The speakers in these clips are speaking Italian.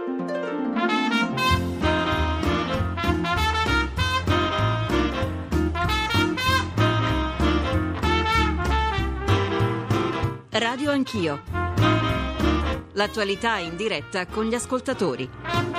Radio Anch'io. L'attualità in diretta con gli ascoltatori.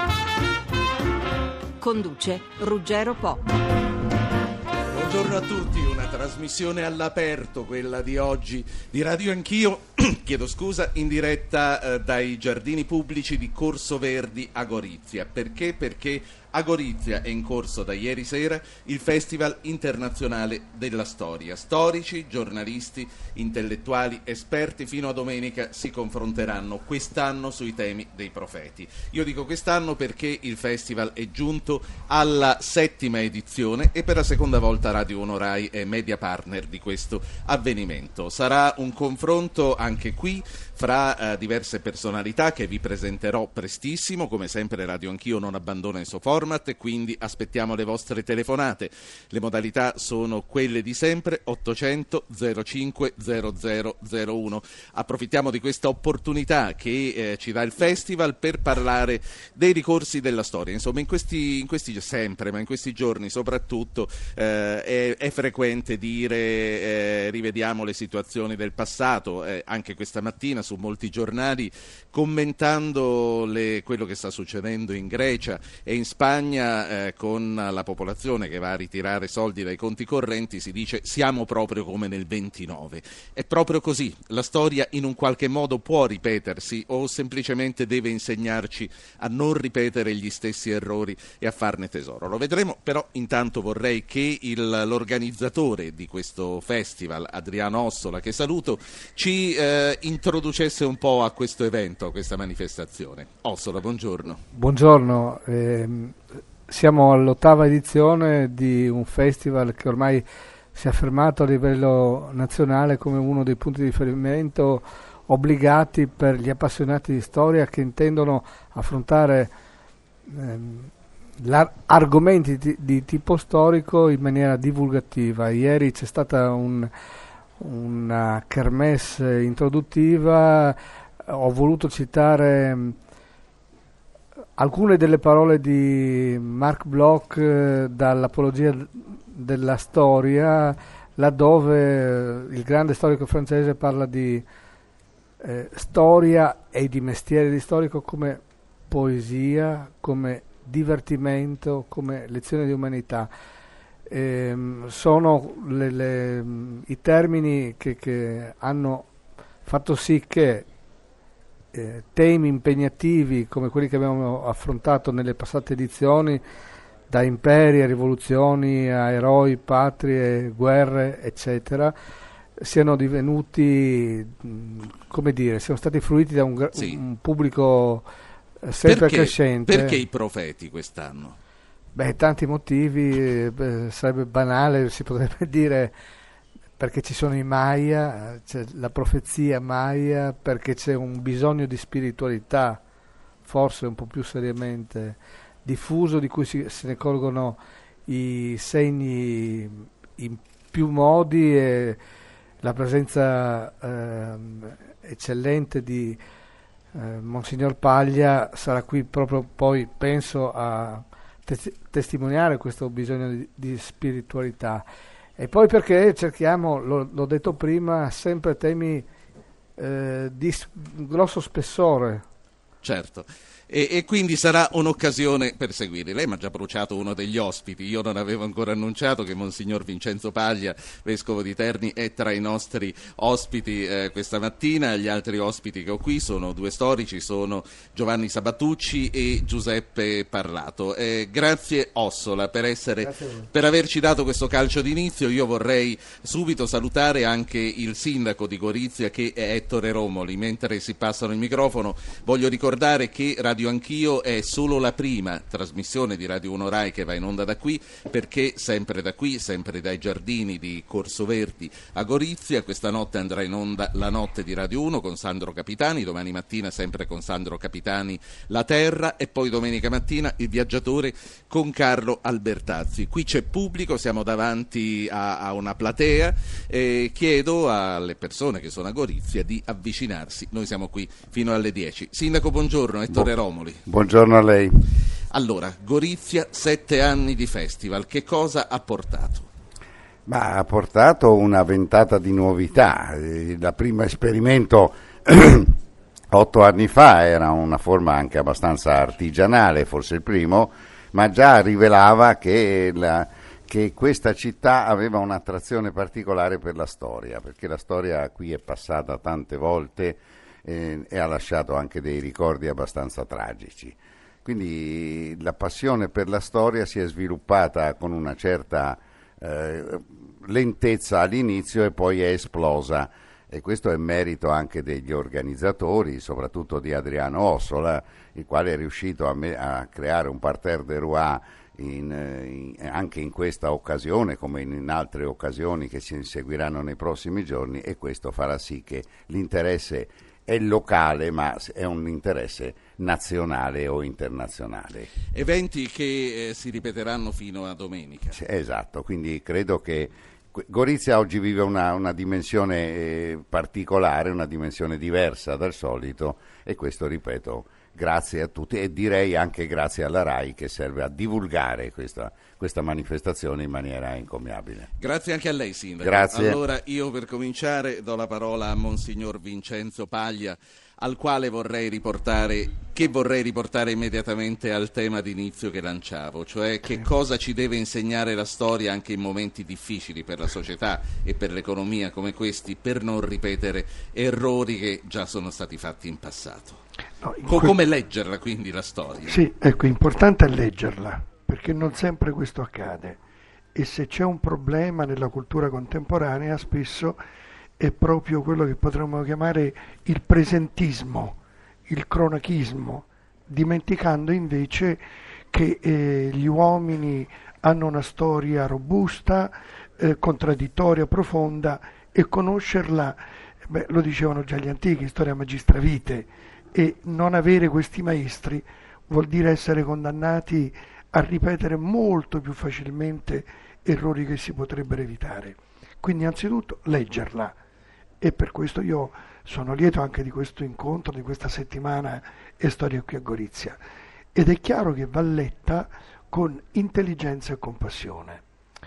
Conduce Ruggero Po. Buongiorno a tutti, una trasmissione all'aperto, quella di oggi di Radio Anch'io, chiedo scusa, in diretta dai giardini pubblici di Corso Verdi a Gorizia. Perché? Perché a Gorizia è in corso da ieri sera il Festival Internazionale della Storia. Storici, giornalisti, intellettuali, esperti fino a domenica si confronteranno quest'anno sui temi dei profeti. Io dico quest'anno perché il festival è giunto alla 7ª edizione e per la seconda volta Radio 1 Rai è media partner di questo avvenimento. Sarà un confronto anche qui fra diverse personalità che vi presenterò prestissimo. Come sempre Radio Anch'io non abbandona il suo format e quindi aspettiamo le vostre telefonate. Le modalità sono quelle di sempre: 800 05 0001. Approfittiamo di questa opportunità che ci dà il festival per parlare dei ricorsi della storia. Insomma, in questi sempre, ma in questi giorni soprattutto è frequente dire rivediamo le situazioni del passato. Anche questa mattina su molti giornali, commentando quello che sta succedendo in Grecia e in Spagna con la popolazione che va a ritirare soldi dai conti correnti, si dice siamo proprio come nel 29. È proprio così, la storia in un qualche modo può ripetersi o semplicemente deve insegnarci a non ripetere gli stessi errori e a farne tesoro. Lo vedremo, però intanto vorrei che l'organizzatore di questo festival, Adriano Ossola, che saluto, ci introducesse un po' a questo evento, a questa manifestazione. Ossola, buongiorno. Buongiorno, siamo all'8ª edizione di un festival che ormai si è affermato a livello nazionale come uno dei punti di riferimento obbligati per gli appassionati di storia che intendono affrontare argomenti di tipo storico in maniera divulgativa. Ieri c'è stata una kermesse introduttiva. Ho voluto citare alcune delle parole di Marc Bloch dall'Apologia della storia, laddove il grande storico francese parla di storia e di mestiere di storico come poesia, come divertimento, come lezione di umanità. Sono i termini che hanno fatto sì che temi impegnativi come quelli che abbiamo affrontato nelle passate edizioni, da imperi a rivoluzioni a eroi, patrie, guerre, eccetera, siano divenuti, come dire, siano stati fruiti da un pubblico sempre crescente. Perché i profeti quest'anno? Tanti motivi, sarebbe banale, si potrebbe dire perché ci sono i Maya, c'è la profezia Maya, perché c'è un bisogno di spiritualità, forse un po' più seriamente diffuso, di cui se ne colgono i segni in più modi, e la presenza eccellente di Monsignor Paglia sarà qui proprio poi, penso, a testimoniare questo bisogno di spiritualità. E poi perché cerchiamo, l'ho detto prima, sempre temi di grosso spessore. Certo. E quindi sarà un'occasione per seguirli. Lei mi ha già bruciato uno degli ospiti. Io non avevo ancora annunciato che Monsignor Vincenzo Paglia, vescovo di Terni, è tra i nostri ospiti questa mattina. Gli altri ospiti che ho qui sono due storici, sono Giovanni Sabatucci e Giuseppe Parlato. Grazie Ossola per averci dato questo calcio d'inizio. Io vorrei subito salutare anche il sindaco di Gorizia, che è Ettore Romoli. Mentre si passano il microfono, voglio ricordare che Radio Anch'io è solo la prima trasmissione di Radio 1 Rai che va in onda da qui, perché sempre da qui, sempre dai giardini di Corso Verdi a Gorizia, questa notte andrà in onda La Notte di Radio 1 con Sandro Capitani, domani mattina sempre con Sandro Capitani La Terra, e poi domenica mattina Il Viaggiatore con Carlo Albertazzi. Qui c'è pubblico, siamo davanti a una platea, e chiedo alle persone che sono a Gorizia di avvicinarsi. Noi siamo qui fino alle 10. Sindaco, buongiorno, Ettore Romoli. Buongiorno a lei. Allora, Gorizia, 7 anni di festival, che cosa ha portato? Ma ha portato una ventata di novità. Il primo esperimento 8 anni fa era una forma anche abbastanza artigianale, forse il primo, ma già rivelava che questa città aveva un'attrazione particolare per la storia, perché la storia qui è passata tante volte e ha lasciato anche dei ricordi abbastanza tragici. Quindi la passione per la storia si è sviluppata con una certa lentezza all'inizio e poi è esplosa, e questo è merito anche degli organizzatori, soprattutto di Adriano Ossola, il quale è riuscito a creare un parterre de roi anche in questa occasione, come in altre occasioni che si seguiranno nei prossimi giorni, e questo farà sì che l'interesse è locale, ma è un interesse nazionale o internazionale. Eventi che si ripeteranno fino a domenica. Esatto, quindi credo che Gorizia oggi vive una dimensione particolare, una dimensione diversa dal solito, e questo, ripeto, grazie a tutti, e direi anche grazie alla RAI, che serve a divulgare questa manifestazione in maniera encomiabile. Grazie anche a lei, Sindaco. Grazie. Allora io, per cominciare, do la parola a Monsignor Vincenzo Paglia, al quale vorrei riportare immediatamente al tema d'inizio che lanciavo, cioè che cosa ci deve insegnare la storia anche in momenti difficili per la società e per l'economia come questi, per non ripetere errori che già sono stati fatti in passato. No, Come leggerla quindi la storia? Sì, ecco, importante è leggerla, perché non sempre questo accade, e se c'è un problema nella cultura contemporanea spesso è proprio quello che potremmo chiamare il presentismo, il cronachismo, dimenticando invece che gli uomini hanno una storia robusta, contraddittoria, profonda, e conoscerla, lo dicevano già gli antichi, storia magistra vitae, e non avere questi maestri vuol dire essere condannati a ripetere molto più facilmente errori che si potrebbero evitare. Quindi anzitutto leggerla, e per questo io sono lieto anche di questo incontro, di questa settimana e storia qui a Gorizia, ed è chiaro che va letta con intelligenza e compassione.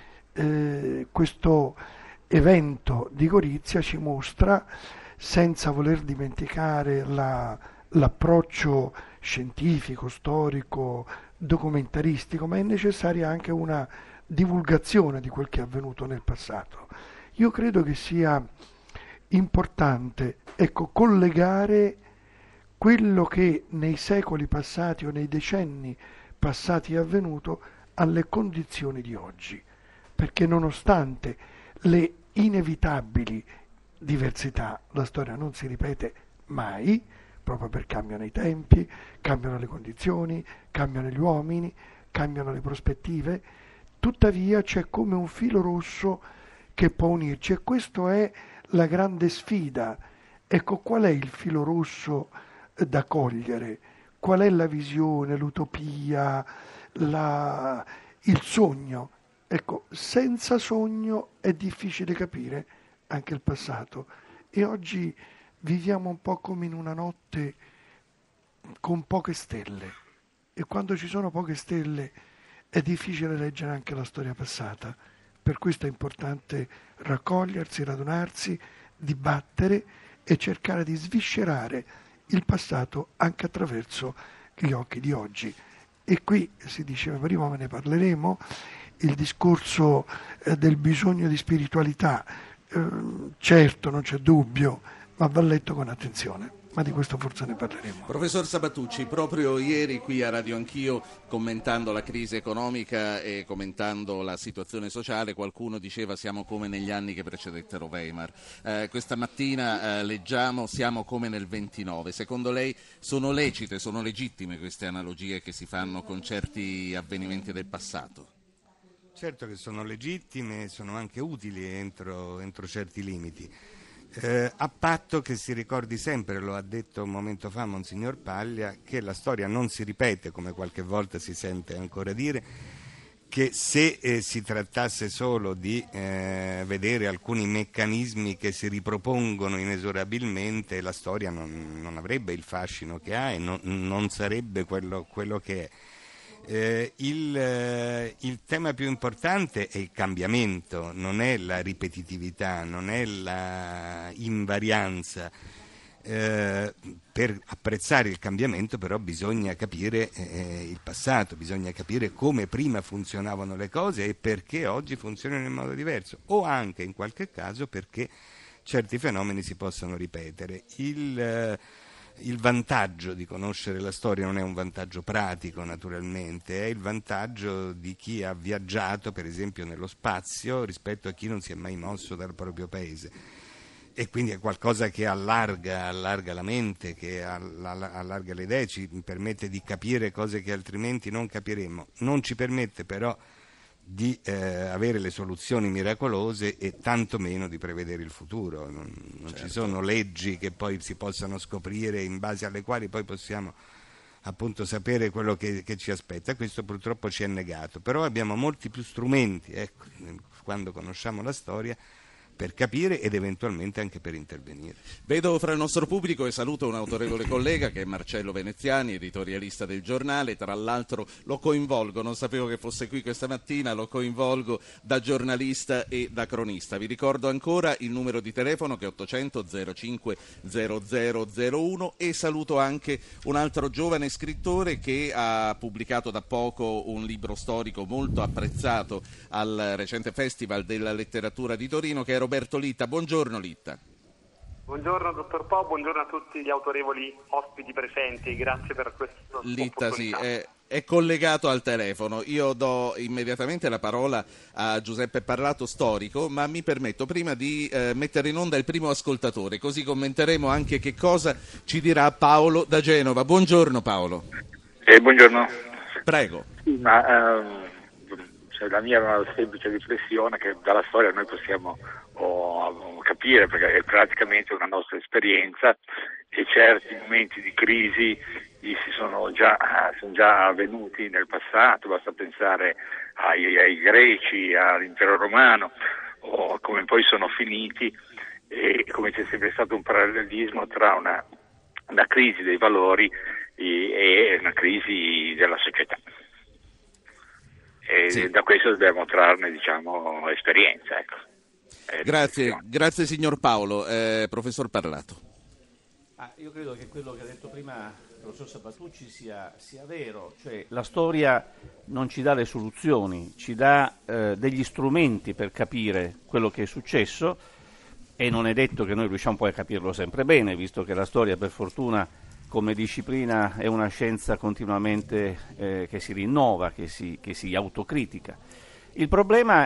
Questo evento di Gorizia ci mostra, senza voler dimenticare l'approccio scientifico, storico, documentaristico, ma è necessaria anche una divulgazione di quel che è avvenuto nel passato. Io credo che sia importante, collegare quello che nei secoli passati o nei decenni passati è avvenuto alle condizioni di oggi, perché nonostante le inevitabili diversità, la storia non si ripete mai, proprio perché cambiano i tempi, cambiano le condizioni, cambiano gli uomini, cambiano le prospettive. Tuttavia c'è come un filo rosso che può unirci, e questa è la grande sfida. Ecco, qual è il filo rosso da cogliere? Qual è la visione, l'utopia, il sogno? Ecco, senza sogno è difficile capire anche il passato, e oggi viviamo un po' come in una notte con poche stelle, e quando ci sono poche stelle è difficile leggere anche la storia passata. Per questo è importante raccogliersi, radunarsi, dibattere e cercare di sviscerare il passato anche attraverso gli occhi di oggi. E qui, si diceva prima, ma ne parleremo, il discorso del bisogno di spiritualità, certo, non c'è dubbio, ma va letto con attenzione. Ma di questo forse ne parleremo. Professor Sabatucci, proprio ieri qui a Radio Anch'io, commentando la crisi economica e commentando la situazione sociale, qualcuno diceva siamo come negli anni che precedettero Weimar. Questa mattina leggiamo siamo come nel 29. Secondo lei sono lecite, sono legittime queste analogie che si fanno con certi avvenimenti del passato? Certo che sono legittime, sono anche utili entro certi limiti. A patto che si ricordi sempre, lo ha detto un momento fa Monsignor Paglia, che la storia non si ripete, come qualche volta si sente ancora dire, che se si trattasse solo di vedere alcuni meccanismi che si ripropongono inesorabilmente, la storia non avrebbe il fascino che ha e non sarebbe quello che è. Il tema più importante è il cambiamento, non è la ripetitività, non è la invarianza. Per apprezzare il cambiamento però bisogna capire il passato, bisogna capire come prima funzionavano le cose e perché oggi funzionano in modo diverso, o anche in qualche caso perché certi fenomeni si possano ripetere. Il vantaggio di conoscere la storia non è un vantaggio pratico, naturalmente, è il vantaggio di chi ha viaggiato, per esempio, nello spazio rispetto a chi non si è mai mosso dal proprio paese. E quindi è qualcosa che allarga la mente, che allarga le idee, ci permette di capire cose che altrimenti non capiremmo. Non ci permette però di avere le soluzioni miracolose e tantomeno di prevedere il futuro. Non ci sono leggi che poi si possano scoprire, in base alle quali poi possiamo appunto sapere quello che ci aspetta. Questo purtroppo ci è negato, però abbiamo molti più strumenti, ecco, quando conosciamo la storia, per capire ed eventualmente anche per intervenire. Vedo fra il nostro pubblico e saluto un autorevole collega che è Marcello Veneziani, editorialista del giornale. Tra l'altro lo coinvolgo, non sapevo che fosse qui questa mattina, lo coinvolgo da giornalista e da cronista. Vi ricordo ancora il numero di telefono che è 800 05 0001 e saluto anche un altro giovane scrittore che ha pubblicato da poco un libro storico molto apprezzato al recente Festival della Letteratura di Torino, che è Roberto Litta. Buongiorno Litta. Buongiorno dottor Po, buongiorno a tutti gli autorevoli ospiti presenti, grazie per questa Litta, opportunità. sì, è collegato al telefono. Io do immediatamente la parola a Giuseppe Parlato, storico, ma mi permetto prima di mettere in onda il primo ascoltatore, così commenteremo anche che cosa ci dirà Paolo da Genova. Buongiorno Paolo. Buongiorno. Prego. La mia è una semplice riflessione che dalla storia noi possiamo capire, perché è praticamente una nostra esperienza e certi momenti di crisi sono già avvenuti nel passato, basta pensare ai greci, all'impero romano, o come poi sono finiti, e come c'è sempre stato un parallelismo tra una crisi dei valori e una crisi della società. E sì, da questo dobbiamo trarne, esperienza. Ecco. Grazie signor Paolo. Professor Parlato. Io credo che quello che ha detto prima il professor Sabatucci sia vero, cioè la storia non ci dà le soluzioni, ci dà degli strumenti per capire quello che è successo, e non è detto che noi riusciamo poi a capirlo sempre bene, visto che la storia, per fortuna, come disciplina è una scienza continuamente che si rinnova, che si autocritica. Il problema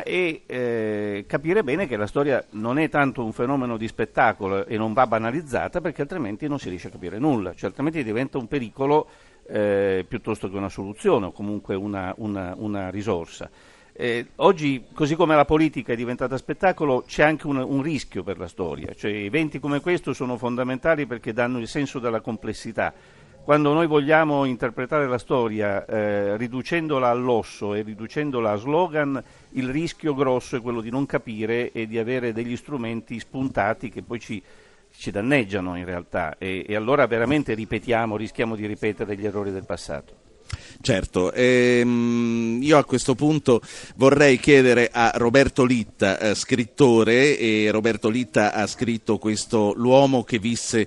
è capire bene che la storia non è tanto un fenomeno di spettacolo e non va banalizzata, perché altrimenti non si riesce a capire nulla, cioè altrimenti diventa un pericolo piuttosto che una soluzione o comunque una risorsa. Oggi, così come la politica è diventata spettacolo, c'è anche un rischio per la storia, cioè eventi come questo sono fondamentali perché danno il senso della complessità. Quando noi vogliamo interpretare la storia riducendola all'osso e riducendola a slogan, il rischio grosso è quello di non capire e di avere degli strumenti spuntati che poi ci danneggiano in realtà, e allora veramente rischiamo di ripetere gli errori del passato. Certo, io a questo punto vorrei chiedere a Roberto Litta, scrittore, e Roberto Litta ha scritto l'uomo che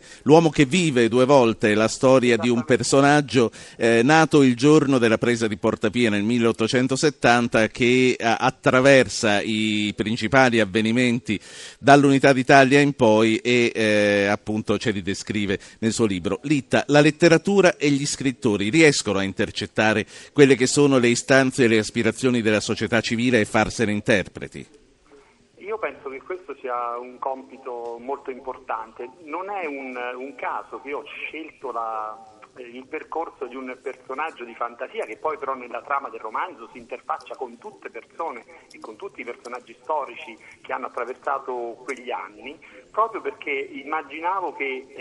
vive due volte la storia di un personaggio nato il giorno della presa di Porta Pia nel 1870, che attraversa i principali avvenimenti dall'Unità d'Italia in poi e appunto ce li descrive nel suo libro. Litta, la letteratura e gli scrittori riescono a intercettare quelle che sono le istanze e le aspirazioni della società civile e farsene interpreti? Io penso che questo sia un compito molto importante. Non è un caso che ho scelto il percorso di un personaggio di fantasia che poi però nella trama del romanzo si interfaccia con tutte persone e con tutti i personaggi storici che hanno attraversato quegli anni, proprio perché immaginavo che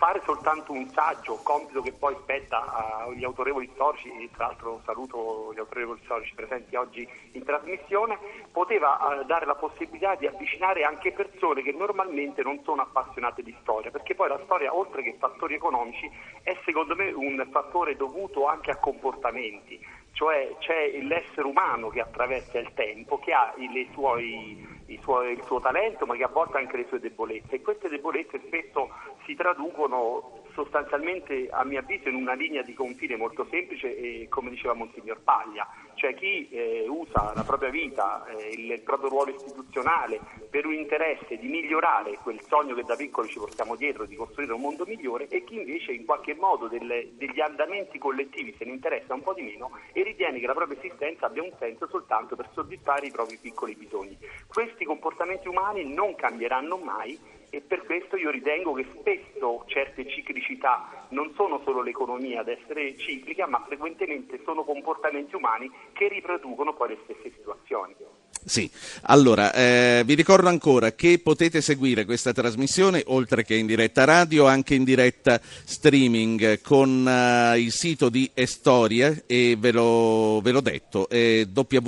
fare soltanto un saggio, compito che poi spetta agli autorevoli storici, e tra l'altro saluto gli autorevoli storici presenti oggi in trasmissione, poteva dare la possibilità di avvicinare anche persone che normalmente non sono appassionate di storia, perché poi la storia, oltre che fattori economici, è secondo me un fattore dovuto anche a comportamenti, cioè c'è l'essere umano che attraversa il tempo, che ha il suo talento, ma che a volte ha anche le sue debolezze, e queste debolezze spesso si traducono sostanzialmente, a mio avviso, in una linea di confine molto semplice, e come diceva Monsignor Paglia, cioè chi usa la propria vita, il proprio ruolo istituzionale per un interesse di migliorare quel sogno che da piccoli ci portiamo dietro, di costruire un mondo migliore, e chi invece in qualche modo degli andamenti collettivi se ne interessa un po' di meno e ritiene che la propria esistenza abbia un senso soltanto per soddisfare i propri piccoli bisogni. Questi comportamenti umani non cambieranno mai, e per questo io ritengo che spesso certe ciclicità non sono solo l'economia ad essere ciclica, ma frequentemente sono comportamenti umani che riproducono poi le stesse situazioni. Sì, allora vi ricordo ancora che potete seguire questa trasmissione oltre che in diretta radio, anche in diretta streaming con il sito di Estoria, e ve l'ho detto, è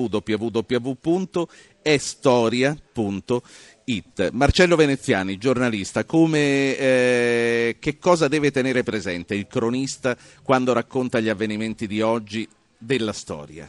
www.estoria.it. Marcello Veneziani, giornalista, che cosa deve tenere presente il cronista quando racconta gli avvenimenti di oggi della storia?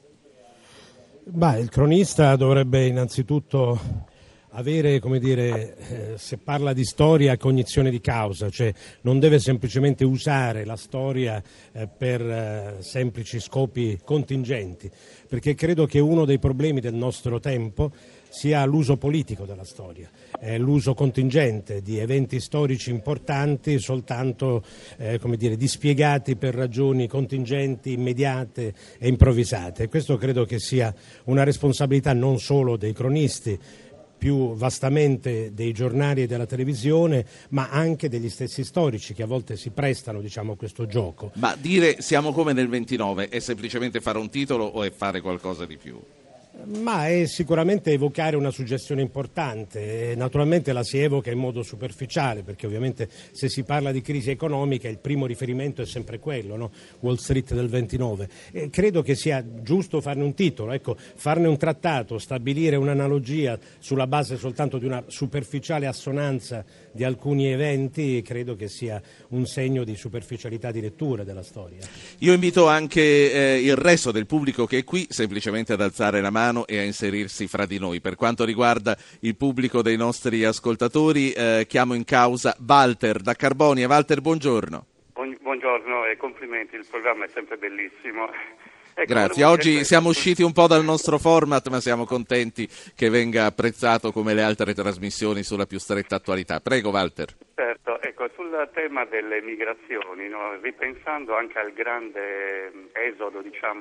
Il cronista dovrebbe innanzitutto avere, se parla di storia, cognizione di causa, cioè non deve semplicemente usare la storia per semplici scopi contingenti, perché credo che uno dei problemi del nostro tempo sia l'uso politico della storia, l'uso contingente di eventi storici importanti soltanto dispiegati per ragioni contingenti, immediate e improvvisate. Questo credo che sia una responsabilità non solo dei cronisti, più vastamente dei giornali e della televisione, ma anche degli stessi storici che a volte si prestano a questo gioco. Ma dire siamo come nel 29 è semplicemente fare un titolo o è fare qualcosa di più? Ma è sicuramente evocare una suggestione importante, e naturalmente la si evoca in modo superficiale, perché ovviamente se si parla di crisi economica il primo riferimento è sempre quello, no? Wall Street del 29. Credo che sia giusto farne un titolo, farne un trattato, stabilire un'analogia sulla base soltanto di una superficiale assonanza di alcuni eventi, credo che sia un segno di superficialità di lettura della storia. Io invito anche il resto del pubblico che è qui semplicemente ad alzare la mano e a inserirsi fra di noi. Per quanto riguarda il pubblico dei nostri ascoltatori, chiamo in causa Walter da Carbonia. Walter, buongiorno. Buongiorno e complimenti, il programma è sempre bellissimo. Grazie, oggi siamo usciti un po' dal nostro format, ma siamo contenti che venga apprezzato come le altre trasmissioni sulla più stretta attualità. Prego Walter. Certo, sul tema delle migrazioni, ripensando anche al grande esodo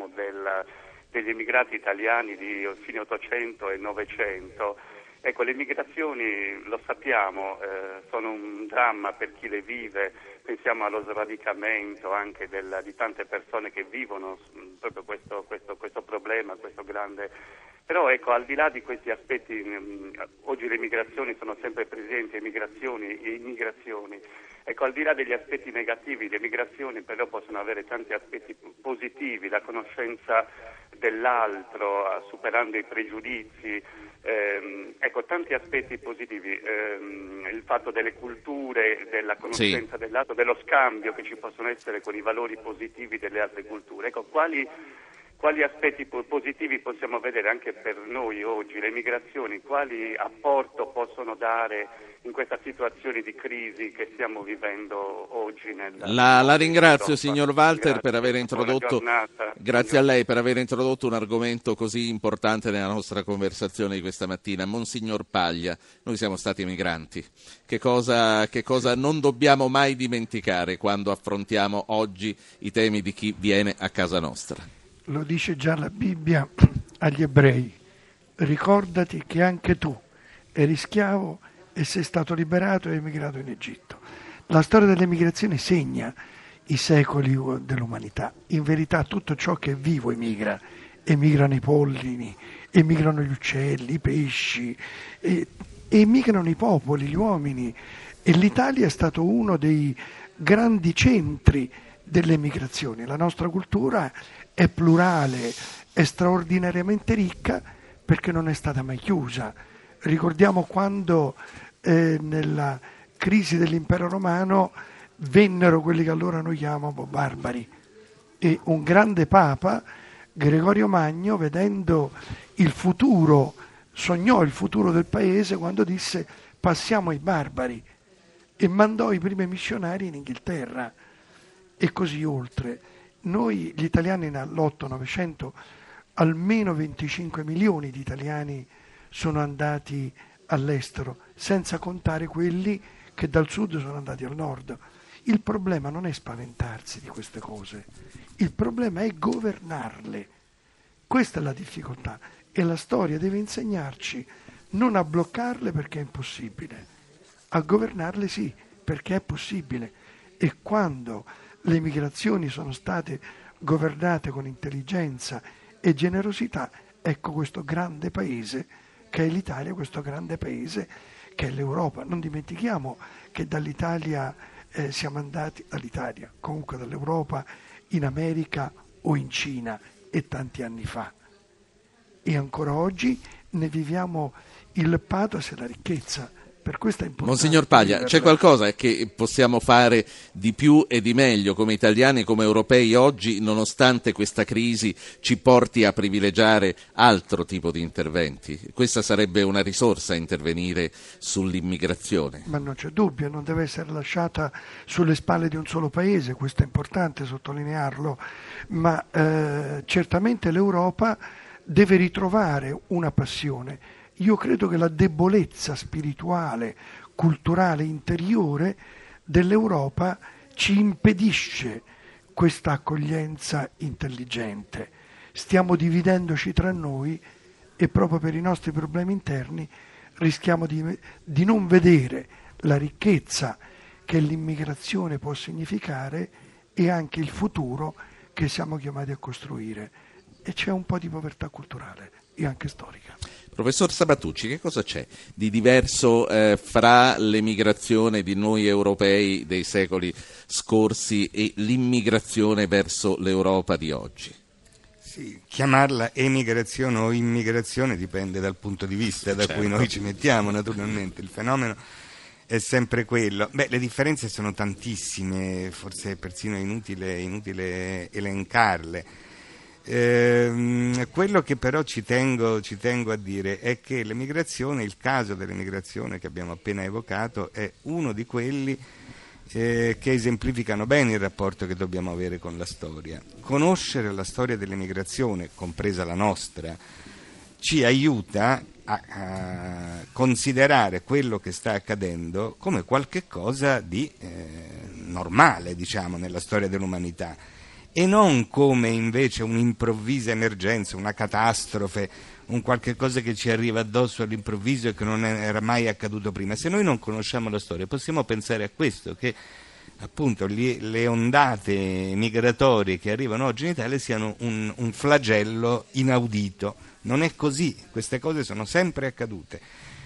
degli immigrati italiani di fine 800 e 900, le migrazioni, lo sappiamo, sono un dramma per chi le vive. Pensiamo allo sradicamento anche di tante persone che vivono proprio questo problema, questo grande. Però al di là di questi aspetti, oggi le migrazioni sono sempre presenti, immigrazioni. Al di là degli aspetti negativi, le migrazioni però possono avere tanti aspetti positivi, la conoscenza dell'altro, superando i pregiudizi, tanti aspetti positivi, il fatto delle culture, della conoscenza dell'altro, dello scambio che ci possono essere con i valori positivi delle altre culture. Quali aspetti positivi possiamo vedere anche per noi oggi, le migrazioni, quali apporto possono dare in questa situazione di crisi che stiamo vivendo oggi? La ringrazio signor Walter per aver introdotto, grazie a lei per aver introdotto un argomento così importante nella nostra conversazione di questa mattina. Monsignor Paglia, noi siamo stati migranti, che cosa non dobbiamo mai dimenticare quando affrontiamo oggi i temi di chi viene a casa nostra? Lo dice già la Bibbia agli ebrei: ricordati che anche tu eri schiavo e sei stato liberato e hai emigrato in Egitto. La storia delle migrazioni segna i secoli dell'umanità. In verità tutto ciò che è vivo emigra. Emigrano i pollini, emigrano gli uccelli, i pesci, emigrano i popoli, gli uomini. e l'Italia è stato uno dei grandi centri delle migrazioni. La nostra cultura è plurale, è straordinariamente ricca perché non è stata mai chiusa. Ricordiamo quando nella crisi dell'impero romano vennero quelli che allora noi chiamiamo barbari, e un grande papa, Gregorio Magno, vedendo il futuro, sognò il futuro del paese quando disse passiamo ai barbari, e mandò i primi missionari in Inghilterra e così oltre. Noi gli italiani nell'800-900 almeno 25 milioni di italiani sono andati all'estero, senza contare quelli che dal sud sono andati al nord. Il problema non è spaventarsi di queste cose, il problema è governarle. Questa è la difficoltà e la storia deve insegnarci non a bloccarle perché è impossibile, a governarle sì, perché è possibile. E quando le migrazioni sono state governate con intelligenza e generosità, ecco questo grande paese che è l'Italia, questo grande paese che è l'Europa. Non dimentichiamo che dall'Italia siamo andati, comunque dall'Europa, in America o in Cina, e tanti anni fa. E ancora oggi ne viviamo il pathos e la ricchezza. Per questo è importante. Monsignor Paglia, c'è qualcosa che possiamo fare di più e di meglio come italiani e come europei oggi, nonostante questa crisi ci porti a privilegiare altro tipo di interventi? Questa sarebbe una risorsa, intervenire sull'immigrazione. Ma non c'è dubbio, non deve essere lasciata sulle spalle di un solo paese, questo è importante sottolinearlo, ma certamente l'Europa deve ritrovare una passione. Io credo che la debolezza spirituale, culturale, interiore dell'Europa ci impedisce questa accoglienza intelligente. Stiamo dividendoci tra noi e proprio per i nostri problemi interni rischiamo di non vedere la ricchezza che l'immigrazione può significare e anche il futuro che siamo chiamati a costruire. E c'è un po' di povertà culturale e anche storica. Professor Sabatucci, che cosa c'è di diverso fra l'emigrazione di noi europei dei secoli scorsi e l'immigrazione verso l'Europa di oggi? Sì, chiamarla emigrazione o immigrazione dipende dal punto di vista da cui noi ci mettiamo, naturalmente. Il fenomeno è sempre quello. Le differenze sono tantissime, forse è persino inutile elencarle. Quello che però ci tengo a dire è che l'emigrazione, il caso dell'emigrazione che abbiamo appena evocato, è uno di quelli che esemplificano bene il rapporto che dobbiamo avere con la storia. Conoscere la storia dell'emigrazione, compresa la nostra, ci aiuta a considerare quello che sta accadendo come qualche cosa di normale, diciamo, nella storia dell'umanità, e non come invece un'improvvisa emergenza, una catastrofe, un qualche cosa che ci arriva addosso all'improvviso e che non era mai accaduto prima. Se noi non conosciamo la storia possiamo pensare a questo, che appunto le ondate migratorie che arrivano oggi in Italia siano un flagello inaudito. Non è così, queste cose sono sempre accadute.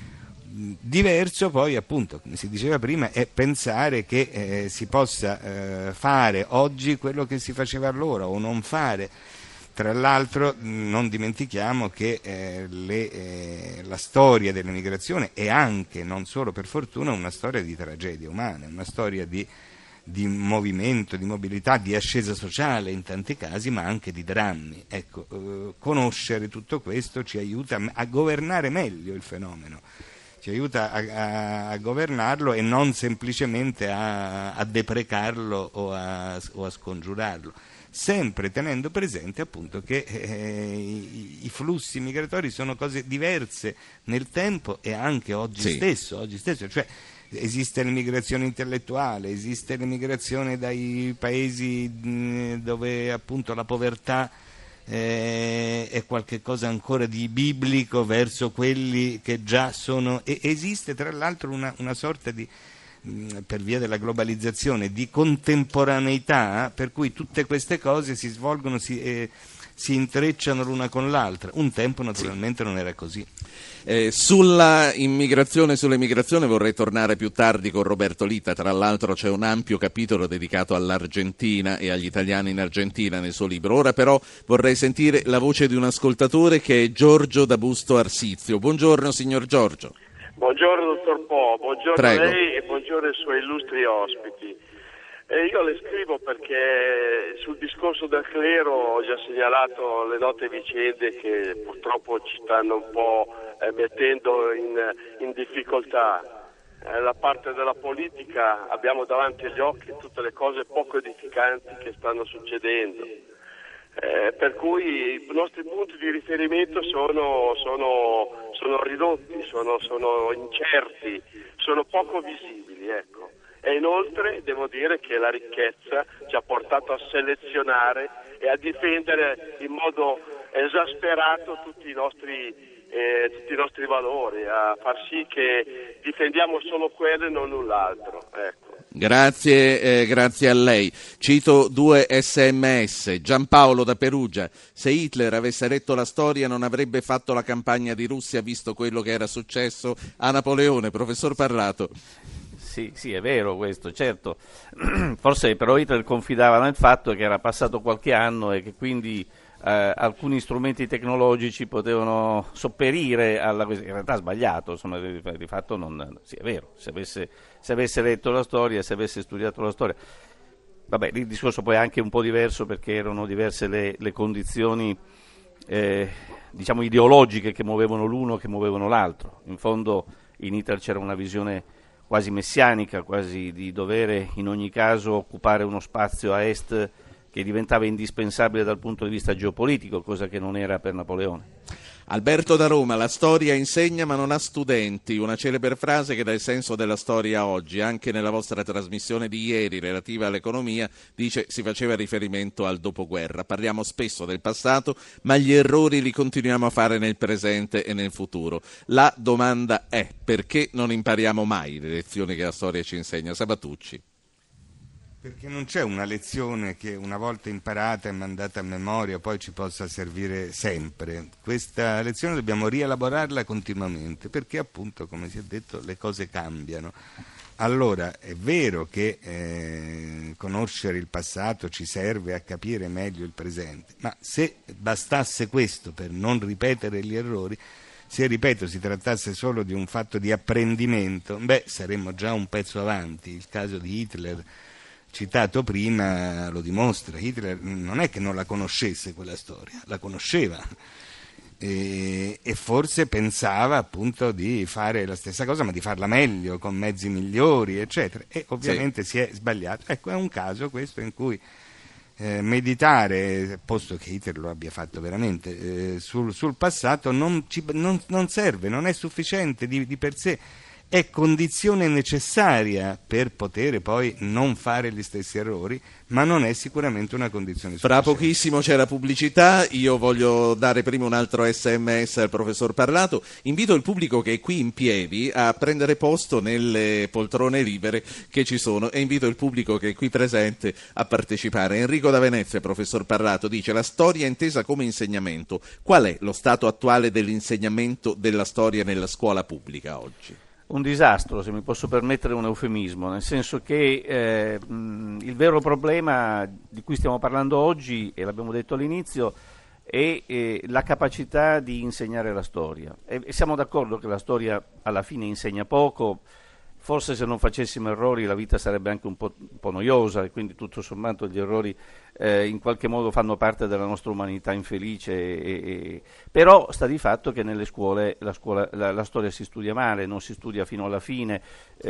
Diverso poi, appunto, come si diceva prima, è pensare che si possa fare oggi quello che si faceva allora o non fare. Tra l'altro non dimentichiamo che la storia dell'emigrazione è anche, non solo per fortuna, una storia di tragedie umane, una storia di movimento, di mobilità, di ascesa sociale in tanti casi, ma anche di drammi. Ecco, conoscere tutto questo ci aiuta a governare meglio il fenomeno. Ci aiuta a governarlo e non semplicemente a deprecarlo o a scongiurarlo, sempre tenendo presente appunto che i flussi migratori sono cose diverse nel tempo e anche oggi stesso, cioè esiste l'immigrazione intellettuale, esiste l'immigrazione dai paesi dove appunto la povertà è qualche cosa ancora di biblico verso quelli che già sono, e esiste tra l'altro una sorta di per via della globalizzazione, di contemporaneità, per cui tutte queste cose si svolgono, si intrecciano l'una con l'altra. Un tempo naturalmente non era così. Sull'immigrazione vorrei tornare più tardi con Roberto Litta. Tra l'altro c'è un ampio capitolo dedicato all'Argentina e agli italiani in Argentina nel suo libro. Ora però vorrei sentire la voce di un ascoltatore, che è Giorgio da Busto Arsizio. Buongiorno signor Giorgio. Buongiorno dottor Po, buongiorno Prego. a lei e buongiorno ai suoi illustri ospiti. Io le scrivo perché sul discorso del clero ho già segnalato le note vicende che purtroppo ci stanno un po' mettendo in difficoltà. La parte della politica abbiamo davanti agli occhi tutte le cose poco edificanti che stanno succedendo. Per cui i nostri punti di riferimento sono ridotti, sono incerti, sono poco visibili, ecco. E inoltre devo dire che la ricchezza ci ha portato a selezionare e a difendere in modo esasperato tutti i nostri valori, a far sì che difendiamo solo quello e non null'altro, ecco. Grazie a lei. Cito 2 SMS. Giampaolo da Perugia: se Hitler avesse letto la storia non avrebbe fatto la campagna di Russia, visto quello che era successo a Napoleone. Professor Parlato. Sì, è vero questo, certo. Forse però Hitler confidava nel fatto che era passato qualche anno e che quindi alcuni strumenti tecnologici potevano sopperire alla questione. In realtà è sbagliato, insomma, di fatto non. Sì, è vero, se avesse letto la storia, se avesse studiato la storia. Vabbè, il discorso poi è anche un po' diverso, perché erano diverse le condizioni diciamo ideologiche che muovevano l'uno, che muovevano l'altro. In fondo in Hitler c'era una visione quasi messianica, quasi di dovere in ogni caso occupare uno spazio a est che diventava indispensabile dal punto di vista geopolitico, cosa che non era per Napoleone. Alberto da Roma: la storia insegna ma non ha studenti, una celebre frase che dà il senso della storia oggi. Anche nella vostra trasmissione di ieri relativa all'economia, dice, si faceva riferimento al dopoguerra. Parliamo spesso del passato, ma gli errori li continuiamo a fare nel presente e nel futuro. La domanda è: perché non impariamo mai le lezioni che la storia ci insegna? Sabatucci. Perché non c'è una lezione che una volta imparata e mandata a memoria poi ci possa servire sempre. Questa lezione dobbiamo rielaborarla continuamente, perché appunto, come si è detto, le cose cambiano. Allora è vero che conoscere il passato ci serve a capire meglio il presente, ma se bastasse questo per non ripetere gli errori, se, ripeto, si trattasse solo di un fatto di apprendimento, saremmo già un pezzo avanti. Il caso di Hitler citato prima lo dimostra. Hitler non è che non la conoscesse quella storia, la conosceva e forse pensava appunto di fare la stessa cosa, ma di farla meglio, con mezzi migliori, eccetera, e ovviamente si è sbagliato. Ecco, è un caso questo in cui meditare, posto che Hitler lo abbia fatto veramente, sul passato non serve, non è sufficiente di per sé. È condizione necessaria per poter poi non fare gli stessi errori, ma non è sicuramente una condizione sufficiente. Fra pochissimo c'è la pubblicità. Io voglio dare prima un altro SMS al professor Parlato. Invito il pubblico che è qui in piedi a prendere posto nelle poltrone libere che ci sono, e invito il pubblico che è qui presente a partecipare. Enrico da Venezia, professor Parlato, dice: la storia intesa come insegnamento. Qual è lo stato attuale dell'insegnamento della storia nella scuola pubblica oggi? Un disastro, se mi posso permettere un eufemismo, nel senso che il vero problema di cui stiamo parlando oggi, e l'abbiamo detto all'inizio, è la capacità di insegnare la storia. E siamo d'accordo che la storia alla fine insegna poco. Forse se non facessimo errori la vita sarebbe anche un po' noiosa, e quindi tutto sommato gli errori in qualche modo fanno parte della nostra umanità infelice, però sta di fatto che nelle scuole la storia si studia male, non si studia fino alla fine.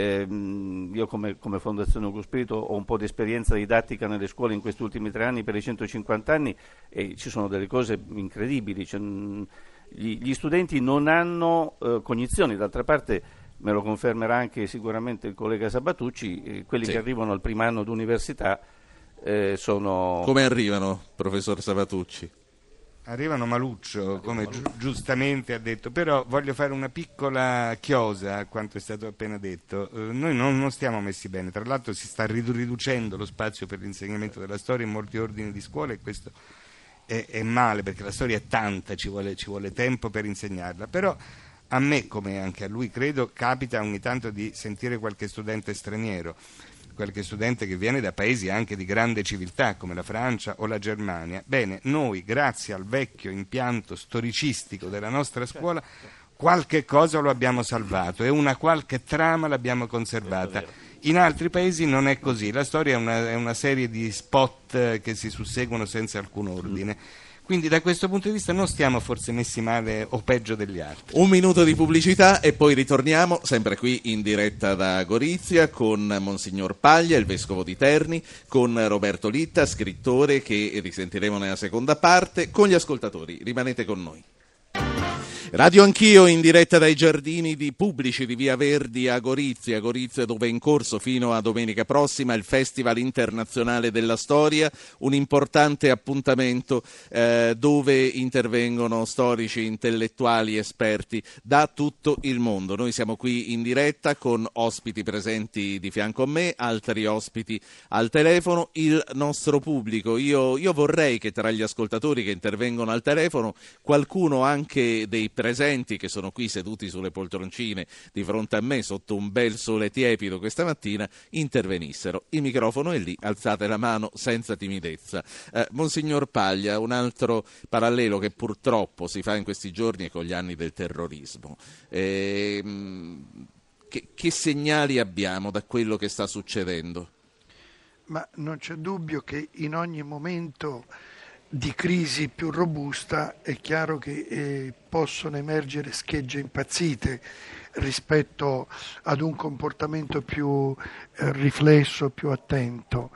Io come Fondazione Ugo Spirito ho un po' di esperienza didattica nelle scuole in questi ultimi 3 anni per i 150 anni, e ci sono delle cose incredibili. Gli studenti non hanno cognizioni. D'altra parte, me lo confermerà anche sicuramente il collega Sabatucci, quelli che arrivano al primo anno d'università sono... Come arrivano, professor Sabatucci? Arrivano Maluccio, come giustamente ha detto, però voglio fare una piccola chiosa a quanto è stato appena detto. Noi non stiamo messi bene, tra l'altro si sta riducendo lo spazio per l'insegnamento della storia in molti ordini di scuola e questo è male, perché la storia è tanta, ci vuole tempo per insegnarla, però a me, come anche a lui credo, capita ogni tanto di sentire qualche studente straniero, qualche studente che viene da paesi anche di grande civiltà come la Francia o la Germania. Bene, noi grazie al vecchio impianto storicistico della nostra scuola qualche cosa lo abbiamo salvato e una qualche trama l'abbiamo conservata. In altri paesi non è così, la storia è una serie di spot che si susseguono senza alcun ordine. Quindi da questo punto di vista non stiamo forse messi male o peggio degli altri. Un minuto di pubblicità e poi ritorniamo sempre qui in diretta da Gorizia con Monsignor Paglia, il Vescovo di Terni, con Roberto Litta, scrittore, che risentiremo nella seconda parte, con gli ascoltatori. Rimanete con noi. Radio Anch'io in diretta dai giardini pubblici di Via Verdi a Gorizia, dove è in corso fino a domenica prossima il Festival Internazionale della Storia, un importante appuntamento dove intervengono storici, intellettuali, esperti da tutto il mondo. Noi siamo qui in diretta con ospiti presenti di fianco a me, altri ospiti al telefono, il nostro pubblico. Io vorrei che tra gli ascoltatori che intervengono al telefono qualcuno anche dei presenti che sono qui seduti sulle poltroncine di fronte a me sotto un bel sole tiepido questa mattina intervenissero. Il microfono è lì, alzate la mano senza timidezza. Monsignor Paglia, un altro parallelo che purtroppo si fa in questi giorni è con gli anni del terrorismo. Che segnali abbiamo da quello che sta succedendo? Ma non c'è dubbio che in ogni momento di crisi più robusta è chiaro che possono emergere schegge impazzite rispetto ad un comportamento più riflesso, più attento.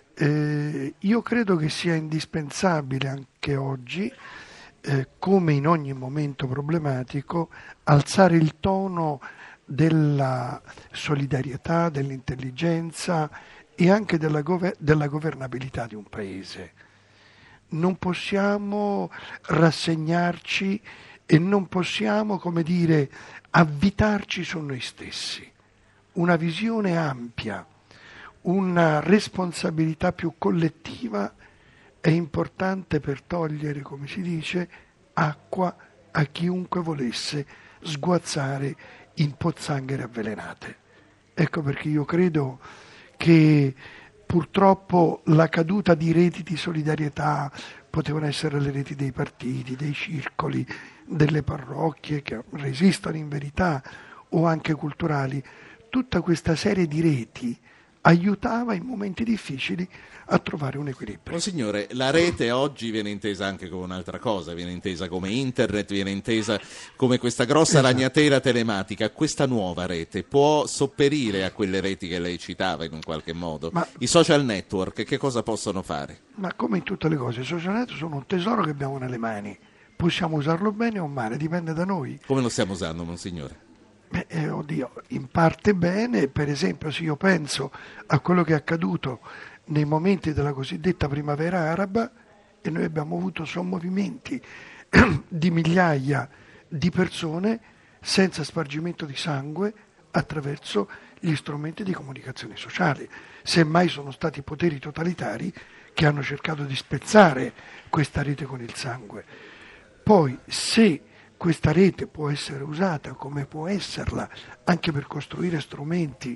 Io credo che sia indispensabile anche oggi, come in ogni momento problematico, alzare il tono della solidarietà, dell'intelligenza e anche della governabilità di un paese. Non possiamo rassegnarci e non possiamo, avvitarci su noi stessi. Una visione ampia, una responsabilità più collettiva è importante per togliere, come si dice, acqua a chiunque volesse sguazzare in pozzanghere avvelenate. Ecco perché io credo che purtroppo la caduta di reti di solidarietà potevano essere le reti dei partiti, dei circoli, delle parrocchie che resistono in verità o anche culturali. Tutta questa serie di reti aiutava in momenti difficili a trovare un equilibrio. Monsignore, la rete oggi viene intesa anche come un'altra cosa, viene intesa come internet, viene intesa come questa grossa ragnatela telematica. Questa nuova rete può sopperire a quelle reti che lei citava in un qualche modo? I social network che cosa possono fare? Ma come in tutte le cose, i social network sono un tesoro che abbiamo nelle mani. Possiamo usarlo bene o male, dipende da noi. Come lo stiamo usando, Monsignore? In parte bene. Per esempio, se io penso a quello che è accaduto nei momenti della cosiddetta primavera araba, e noi abbiamo avuto sommovimenti di migliaia di persone senza spargimento di sangue attraverso gli strumenti di comunicazione sociale. Semmai sono stati i poteri totalitari che hanno cercato di spezzare questa rete con il sangue. Poi, se questa rete può essere usata come può esserla anche per costruire strumenti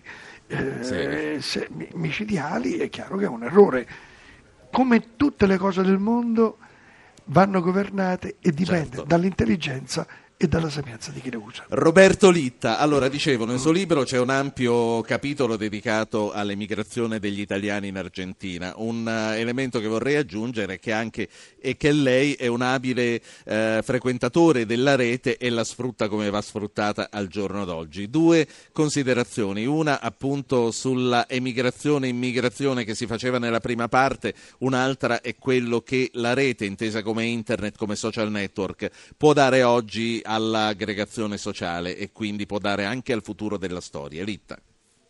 micidiali, è chiaro che è un errore. Come tutte le cose del mondo vanno governate e dipende dall'intelligenza e dalla sapienza di chi le usa. Roberto Litta, allora dicevo, nel suo libro c'è un ampio capitolo dedicato all'emigrazione degli italiani in Argentina. Un elemento che vorrei aggiungere è che lei è un abile frequentatore della rete e la sfrutta come va sfruttata al giorno d'oggi. Due considerazioni, una appunto sulla immigrazione che si faceva nella prima parte, un'altra è quello che la rete, intesa come internet, come social network, può dare oggi all'aggregazione sociale e quindi può dare anche al futuro della storia. Litta.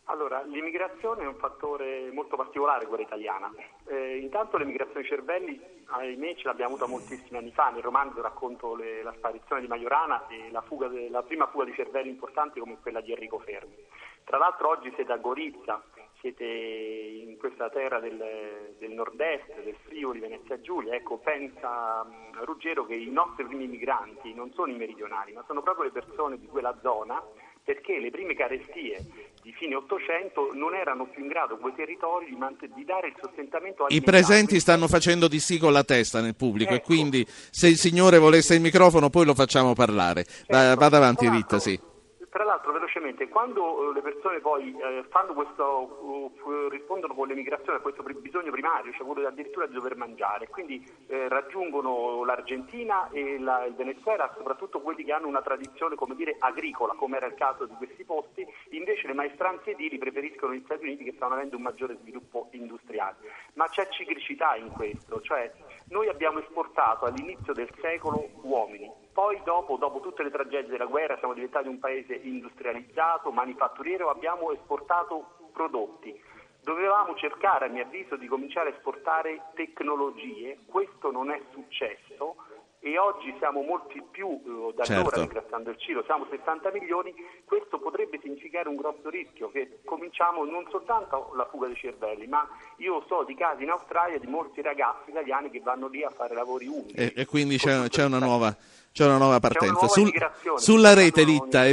Allora, l'immigrazione è un fattore molto particolare, quella italiana. Intanto l'emigrazione dei cervelli, ahimè, ce l'abbiamo avuta moltissimi anni fa. Nel romanzo racconto la sparizione di Majorana e la prima fuga di cervelli importante come quella di Enrico Fermi. Tra l'altro oggi siete a Gorizia, siete in questa terra del nord-est, del Friuli, Venezia Giulia. Ecco, pensa Ruggero che i nostri primi migranti non sono i meridionali, ma sono proprio le persone di quella zona, perché le prime carestie di fine Ottocento non erano più in grado quei territori di dare il sostentamento I alimentare. presenti stanno facendo di sì con la testa nel pubblico, e quindi se il signore volesse il microfono poi lo facciamo parlare. Vada avanti, Rita, sì. Tra l'altro, velocemente, quando le persone poi fanno rispondono con l'emigrazione a questo bisogno primario, cioè quello addirittura di dover mangiare, quindi raggiungono l'Argentina e il Venezuela, soprattutto quelli che hanno una tradizione, come dire, agricola, come era il caso di questi posti. Invece le maestranze edili preferiscono gli Stati Uniti, che stanno avendo un maggiore sviluppo industriale. Ma c'è ciclicità in questo, cioè noi abbiamo esportato all'inizio del secolo uomini. Poi dopo tutte le tragedie della guerra siamo diventati un paese industrializzato, manifatturiero, abbiamo esportato prodotti. Dovevamo cercare, a mio avviso, di cominciare a esportare tecnologie. Questo non è successo e oggi siamo molti più da allora, ringraziando il cielo, siamo 60 milioni. Questo potrebbe significare un grosso rischio, che cominciamo non soltanto la fuga dei cervelli, ma io so di casi in Australia di molti ragazzi italiani che vanno lì a fare lavori umili. E quindi c'è una nuova partenza. Sulla rete, Litta, e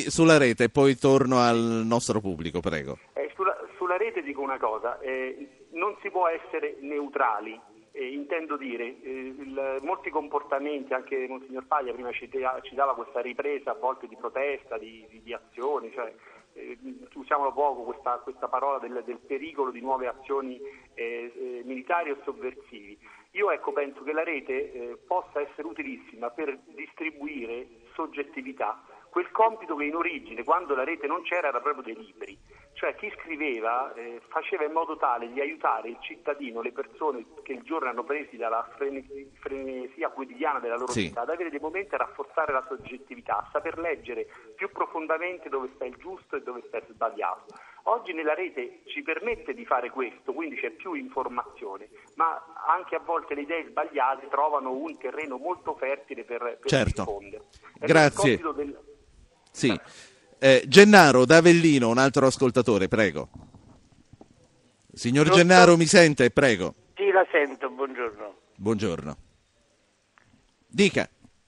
poi torno al nostro pubblico, prego. Sulla rete dico una cosa, non si può essere neutrali. Intendo dire, molti comportamenti, anche Monsignor Paglia prima ci dava questa ripresa a volte di protesta, di azioni, cioè usiamo poco questa parola del pericolo di nuove azioni militari o sovversivi. Io penso che la rete possa essere utilissima per distribuire soggettività, quel compito che in origine, quando la rete non c'era, era proprio dei libri. Cioè chi scriveva faceva in modo tale di aiutare il cittadino, le persone che il giorno hanno presi dalla frenesia quotidiana della loro vita, ad avere dei momenti a rafforzare la soggettività, a saper leggere più profondamente dove sta il giusto e dove sta il sbagliato. Oggi nella rete ci permette di fare questo, quindi c'è più informazione, ma anche a volte le idee sbagliate trovano un terreno molto fertile per diffondere. Grazie. Sì. Gennaro da Avellino, un altro ascoltatore, prego. Signor Gennaro, mi sente? Prego. Sì, la sento, buongiorno. Buongiorno. Dica.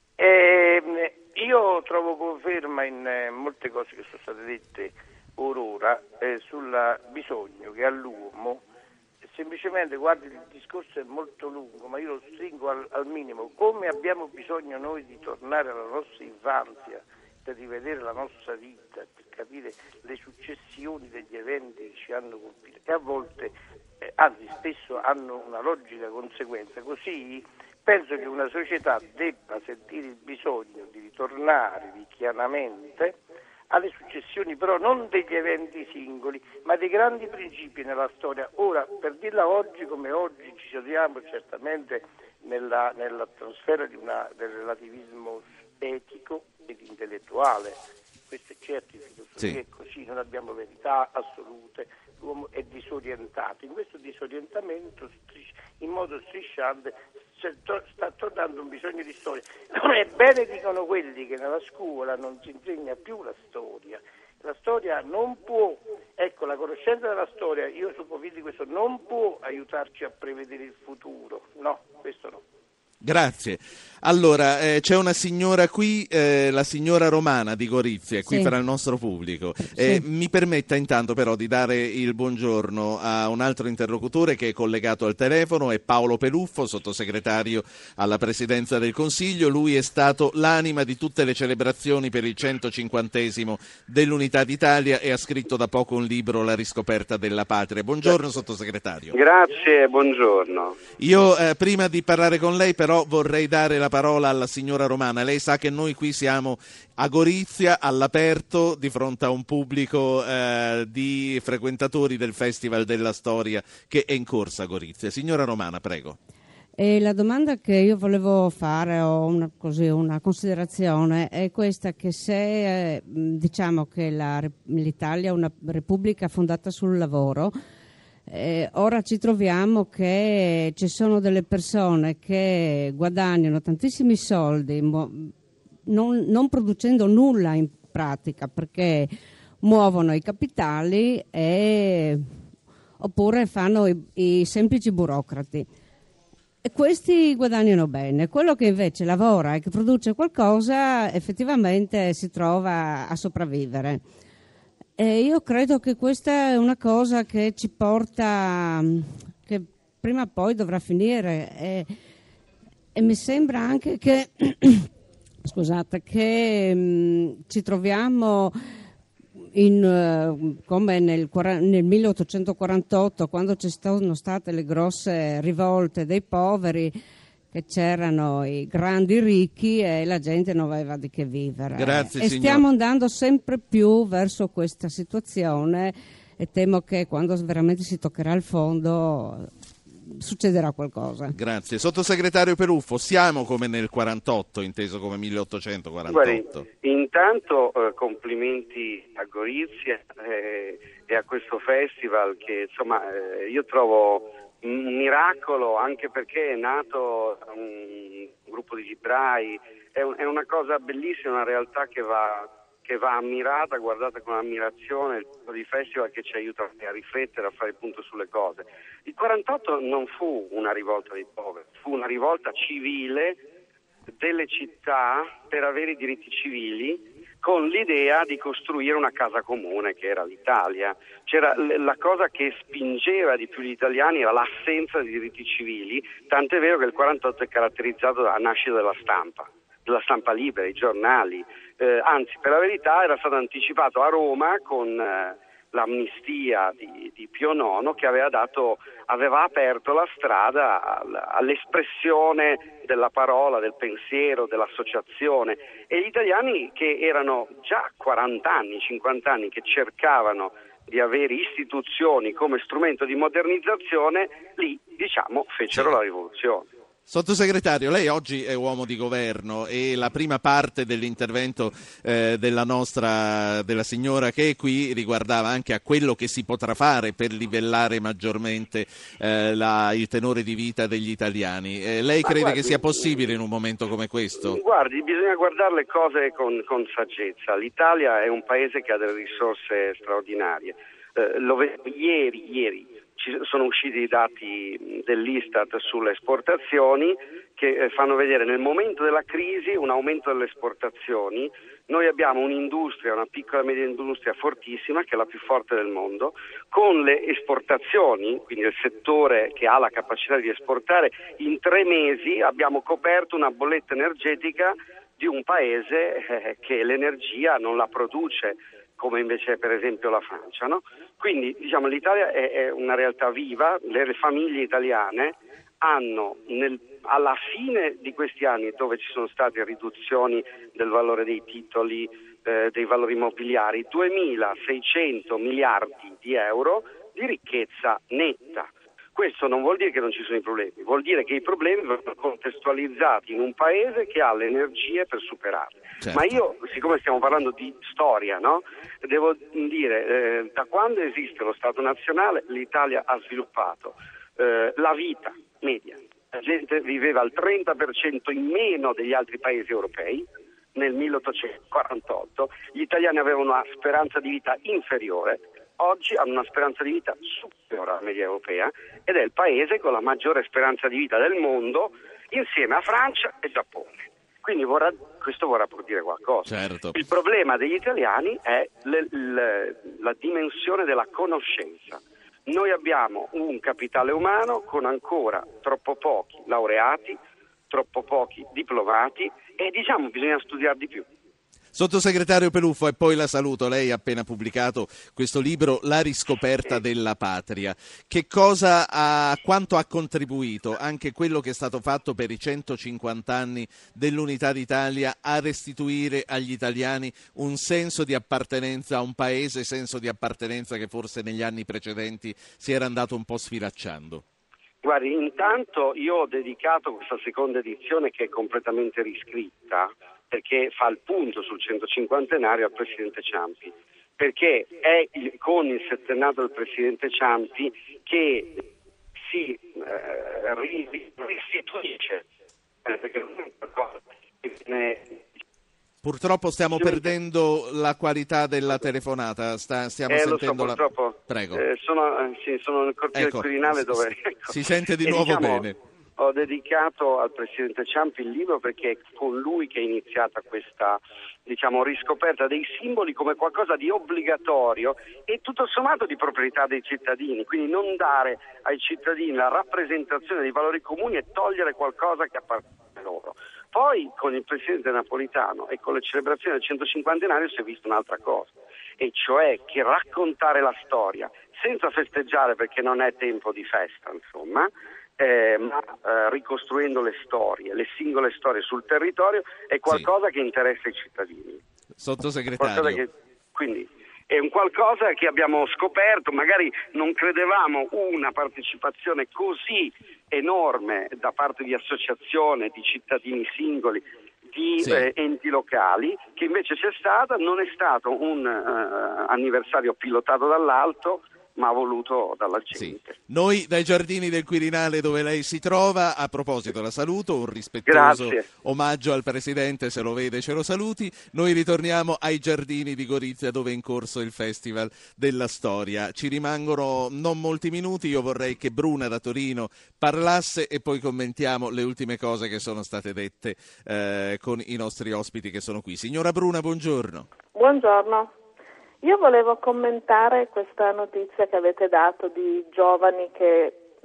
Io trovo conferma in molte cose che sono state dette ora sul bisogno che ha l'uomo. Semplicemente, guardi, il discorso è molto lungo, ma io lo stringo al minimo. Come abbiamo bisogno noi di tornare alla nostra infanzia, per rivedere la nostra vita, per capire le successioni degli eventi che ci hanno colpito, e a volte, anzi spesso, hanno una logica conseguenza. Così penso che una società debba sentire il bisogno di ritornare chiaramente alle successioni, però non degli eventi singoli, ma dei grandi principi nella storia. Ora, per dirla oggi come oggi, ci troviamo certamente nell'atmosfera del relativismo etico ed intellettuale. Questo è certo, in filosofia è così, non abbiamo verità assolute, l'uomo è disorientato. In questo disorientamento, in modo strisciante, sta tornando un bisogno di storia. Ebbene, dicono quelli che nella scuola non si insegna più la storia. La storia non può, la conoscenza della storia, io sono convinto di questo, non può aiutarci a prevedere il futuro. No, questo no. Grazie. Allora, c'è una signora qui, la signora Romana di Gorizia, qui fra il nostro pubblico. Mi permetta intanto però di dare il buongiorno a un altro interlocutore che è collegato al telefono, è Paolo Peluffo, sottosegretario alla Presidenza del Consiglio. Lui è stato l'anima di tutte le celebrazioni per il 150° dell'Unità d'Italia e ha scritto da poco un libro, La riscoperta della patria. Buongiorno sottosegretario. Grazie, buongiorno. Io prima di parlare con lei però vorrei dare la parola alla signora Romana. Lei sa che noi qui siamo a Gorizia, all'aperto, di fronte a un pubblico di frequentatori del Festival della Storia che è in corsa a Gorizia. Signora Romana, prego. E la domanda che io volevo fare, o una considerazione, è questa: che se diciamo che l'Italia è una repubblica fondata sul lavoro, ora ci troviamo che ci sono delle persone che guadagnano tantissimi soldi non producendo nulla in pratica, perché muovono i capitali oppure fanno i semplici burocrati. E questi guadagnano bene. Quello che invece lavora e che produce qualcosa effettivamente si trova a sopravvivere. E io credo che questa è una cosa che ci porta, che prima o poi dovrà finire. E mi sembra anche che, scusate, che ci troviamo come nel 1848, quando ci sono state le grosse rivolte dei poveri, che c'erano i grandi ricchi e la gente non aveva di che vivere. Grazie, e stiamo andando sempre più verso questa situazione, e temo che quando veramente si toccherà il fondo succederà qualcosa. Grazie. Sottosegretario Peruffo, siamo come nel 48, inteso come 1848? Guardi, intanto complimenti a Gorizia e a questo festival che insomma io trovo un miracolo, anche perché è nato un gruppo di librai, è una cosa bellissima, una realtà che va ammirata, guardata con ammirazione, il tipo di festival che ci aiuta a riflettere, a fare il punto sulle cose. Il 48 non fu una rivolta dei poveri, fu una rivolta civile delle città per avere i diritti civili, con l'idea di costruire una casa comune che era l'Italia. C'era la cosa che spingeva di più gli italiani era l'assenza di diritti civili, tant'è vero che il 48 è caratterizzato dalla nascita della stampa libera, i giornali. Anzi, per la verità era stato anticipato a Roma con l'amnistia di Pio IX, che aveva aperto la strada all'espressione della parola, del pensiero, dell'associazione, e gli italiani, che erano già 40 anni, 50 anni che cercavano di avere istituzioni come strumento di modernizzazione, lì fecero la rivoluzione. Sottosegretario, lei oggi è uomo di governo e la prima parte dell'intervento della signora che è qui riguardava anche a quello che si potrà fare per livellare maggiormente il tenore di vita degli italiani. Lei crede che sia possibile in un momento come questo? Guardi, bisogna guardare le cose con saggezza. L'Italia è un paese che ha delle risorse straordinarie. Lo vedo ieri. Sono usciti i dati dell'Istat sulle esportazioni che fanno vedere nel momento della crisi un aumento delle esportazioni. Noi abbiamo un'industria, una piccola e media industria fortissima, che è la più forte del mondo, con le esportazioni, quindi il settore che ha la capacità di esportare, in 3 mesi abbiamo coperto una bolletta energetica di un paese che l'energia non la produce, come invece è per esempio la Francia, no? Quindi l'Italia è una realtà viva, le famiglie italiane hanno alla fine di questi anni, dove ci sono state riduzioni del valore dei titoli, dei valori immobiliari, 2.600 miliardi di euro di ricchezza netta. Questo non vuol dire che non ci sono i problemi, vuol dire che i problemi vengono contestualizzati in un paese che ha le energie per superarli. Certo. Ma io, siccome stiamo parlando di storia, no? Devo dire, da quando esiste lo Stato nazionale, l'Italia ha sviluppato la vita media. La gente viveva al 30% in meno degli altri paesi europei. Nel 1848 gli italiani avevano una speranza di vita inferiore. Oggi hanno una speranza di vita superiore alla media europea ed è il paese con la maggiore speranza di vita del mondo, insieme a Francia e Giappone. Quindi questo vorrà pur dire qualcosa. Certo. Il problema degli italiani è la dimensione della conoscenza. Noi abbiamo un capitale umano con ancora troppo pochi laureati, troppo pochi diplomati e bisogna studiare di più. Sottosegretario Peruffo, e poi la saluto, lei ha appena pubblicato questo libro La riscoperta della patria. Quanto ha contribuito anche quello che è stato fatto per i 150 anni dell'Unità d'Italia a restituire agli italiani un senso di appartenenza a un paese, senso di appartenenza che forse negli anni precedenti si era andato un po' sfilacciando? Guardi, intanto io ho dedicato questa seconda edizione, che è completamente riscritta, perché fa il punto sul 150enario, al Presidente Ciampi, perché è con il settennato del Presidente Ciampi che si restituisce, perché non è qualcosa che Purtroppo stiamo perdendo la qualità della telefonata, stiamo sentendo lo so, purtroppo. Prego. Sono nel cortile del Quirinale dove... Ecco. Si sente di nuovo bene. Ho dedicato al Presidente Ciampi il libro perché è con lui che è iniziata questa, riscoperta dei simboli come qualcosa di obbligatorio e tutto sommato di proprietà dei cittadini, quindi non dare ai cittadini la rappresentazione dei valori comuni e togliere qualcosa che appartiene a loro. Poi con il Presidente Napolitano e con le celebrazioni del 150enario si è vista un'altra cosa, e cioè che raccontare la storia senza festeggiare, perché non è tempo di festa, insomma, ma ricostruendo le storie, le singole storie sul territorio, è qualcosa che interessa i cittadini. Sottosegretario. Quindi è un qualcosa che abbiamo scoperto, magari non credevamo una partecipazione così enorme da parte di associazioni, di cittadini singoli, di enti locali, che invece c'è stata. Non è stato un anniversario pilotato dall'alto, ma voluto dalla gente. Sì. Noi dai giardini del Quirinale, dove lei si trova, a proposito la saluto, un rispettoso omaggio al Presidente, se lo vede ce lo saluti. Noi ritorniamo ai giardini di Gorizia, dove è in corso il Festival della Storia. Ci rimangono non molti minuti, io vorrei che Bruna da Torino parlasse e poi commentiamo le ultime cose che sono state dette con i nostri ospiti che sono qui. Signora Bruna, buongiorno. Buongiorno. Io volevo commentare questa notizia che avete dato di giovani che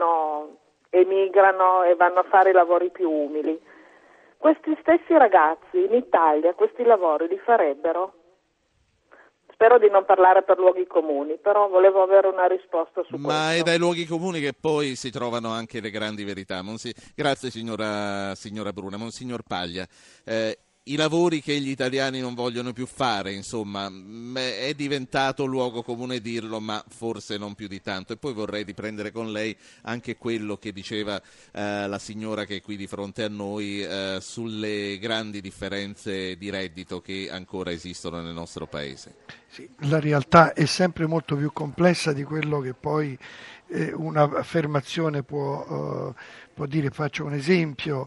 emigrano e vanno a fare i lavori più umili. Questi stessi ragazzi in Italia questi lavori li farebbero? Spero di non parlare per luoghi comuni, però volevo avere una risposta su questo. Ma è dai luoghi comuni che poi si trovano anche le grandi verità. Grazie signora Bruna. Monsignor Paglia, i lavori che gli italiani non vogliono più fare, insomma, è diventato luogo comune dirlo, ma forse non più di tanto. E poi vorrei riprendere con lei anche quello che diceva la signora che è qui di fronte a noi sulle grandi differenze di reddito che ancora esistono nel nostro Paese. Sì, la realtà è sempre molto più complessa di quello che poi un'affermazione può dire. Faccio un esempio: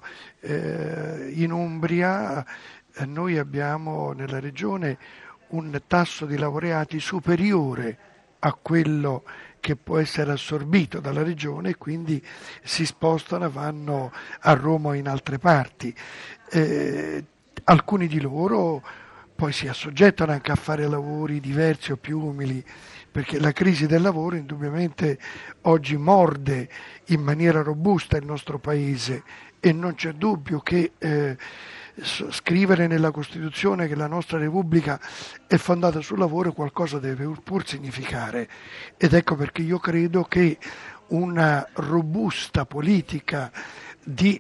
in Umbria noi abbiamo nella regione un tasso di laureati superiore a quello che può essere assorbito dalla regione, e quindi si spostano e vanno a Roma o in altre parti. Alcuni di loro poi si assoggettano anche a fare lavori diversi o più umili, perché la crisi del lavoro indubbiamente oggi morde in maniera robusta il nostro Paese, e non c'è dubbio che scrivere nella Costituzione che la nostra Repubblica è fondata sul lavoro qualcosa deve pur significare, ed ecco perché io credo che una robusta politica di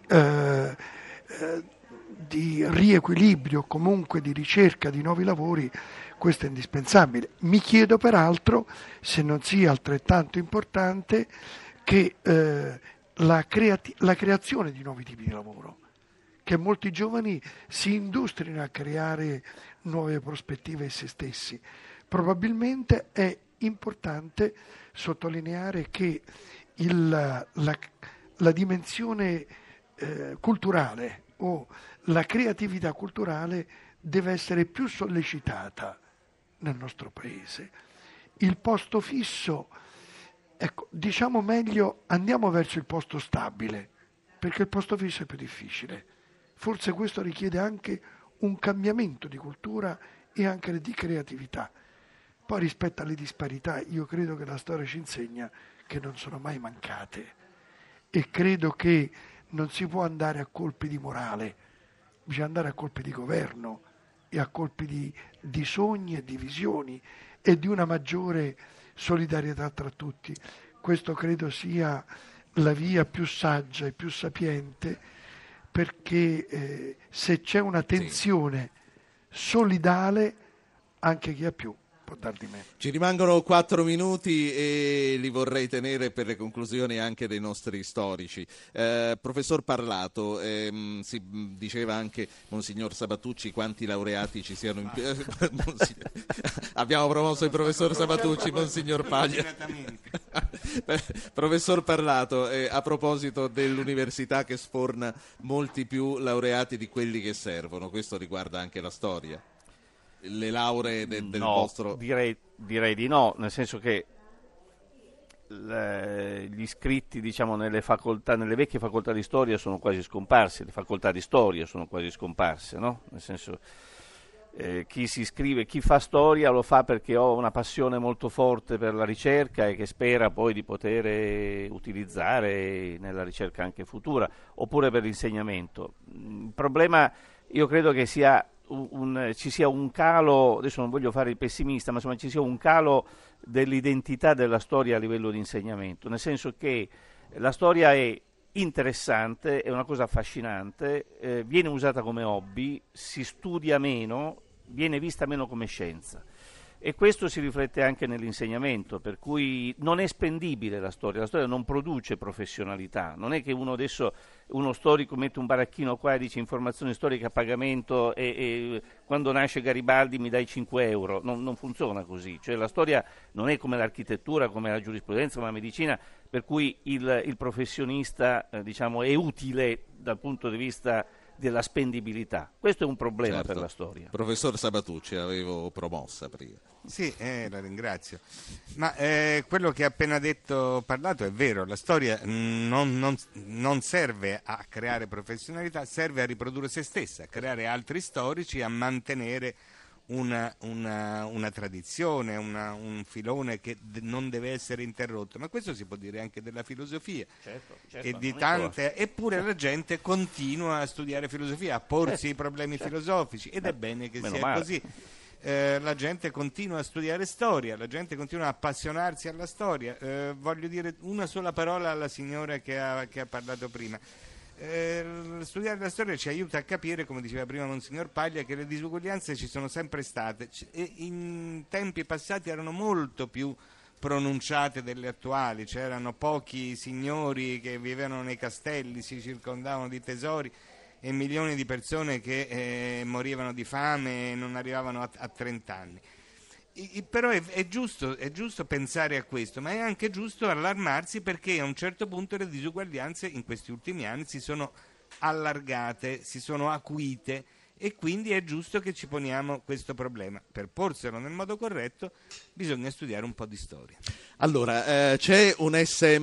riequilibrio, comunque di ricerca di nuovi lavori, questo è indispensabile. Mi chiedo peraltro se non sia altrettanto importante che la creazione di nuovi tipi di lavoro, che molti giovani si industrino a creare nuove prospettive in se stessi. Probabilmente è importante sottolineare che la dimensione culturale o la creatività culturale deve essere più sollecitata nel nostro Paese. Il posto fisso, ecco, diciamo meglio, andiamo verso il posto stabile, perché il posto fisso è più difficile. Forse questo richiede anche un cambiamento di cultura e anche di creatività. Poi rispetto alle disparità, io credo che la storia ci insegna che non sono mai mancate, e credo che non si può andare a colpi di morale, bisogna andare a colpi di governo e a colpi di sogni e di visioni e di una maggiore solidarietà tra tutti. Questo credo sia la via più saggia e più sapiente, perché se c'è una tensione solidale, anche chi ha più può dar di me. Ci rimangono 4 minuti e li vorrei tenere per le conclusioni anche dei nostri storici. Professor Parlato, si diceva anche Monsignor Sabatucci quanti laureati ci siano in abbiamo promosso il professor Sabatucci, Monsignor Paglia. Professor Parlato, a proposito dell'università che sforna molti più laureati di quelli che servono, questo riguarda anche la storia? Le lauree del vostro... Direi di no, nel senso che gli iscritti, diciamo, nelle vecchie facoltà di storia sono quasi scomparsi, le facoltà di storia sono quasi scomparse, no? Nel senso, chi si iscrive, chi fa storia lo fa perché ho una passione molto forte per la ricerca e che spera poi di poter utilizzare nella ricerca anche futura, oppure per l'insegnamento. Il problema, io credo che ci sia un calo, adesso non voglio fare il pessimista, ma insomma ci sia un calo dell'identità della storia a livello di insegnamento, nel senso che la storia è interessante, è una cosa affascinante, viene usata come hobby, si studia meno, viene vista meno come scienza. E questo si riflette anche nell'insegnamento, per cui non è spendibile la storia non produce professionalità, non è che uno storico mette un baracchino qua e dice informazioni storiche a pagamento e quando nasce Garibaldi mi dai 5 euro, non funziona così, cioè la storia non è come l'architettura, come la giurisprudenza, come la medicina, per cui il professionista diciamo, è utile dal punto di vista della spendibilità. Questo è un problema per la storia. Professor Sabatucci, l'avevo promossa prima. Sì, la ringrazio. Ma quello che ha appena parlato è vero, la storia non serve a creare professionalità, serve a riprodurre se stessa, a creare altri storici, a mantenere una tradizione, un filone che non deve essere interrotto, ma questo si può dire anche della filosofia, e di tante, eppure la gente continua a studiare filosofia, a porsi i problemi filosofici, ed è bene che sia così. La gente continua a studiare storia, la gente continua a appassionarsi alla storia. Voglio dire una sola parola alla signora che ha parlato prima. Studiare la storia ci aiuta a capire, come diceva prima Monsignor Paglia, che le disuguaglianze ci sono sempre state e in tempi passati erano molto più pronunciate delle attuali. C'erano pochi signori che vivevano nei castelli, si circondavano di tesori, e milioni di persone che morivano di fame e non arrivavano a 30 anni. Però è giusto pensare a questo, ma è anche giusto allarmarsi perché a un certo punto le disuguaglianze in questi ultimi anni si sono allargate, si sono acuite, e quindi è giusto che ci poniamo questo problema. Per porselo nel modo corretto bisogna studiare un po' di storia. Allora, c'è un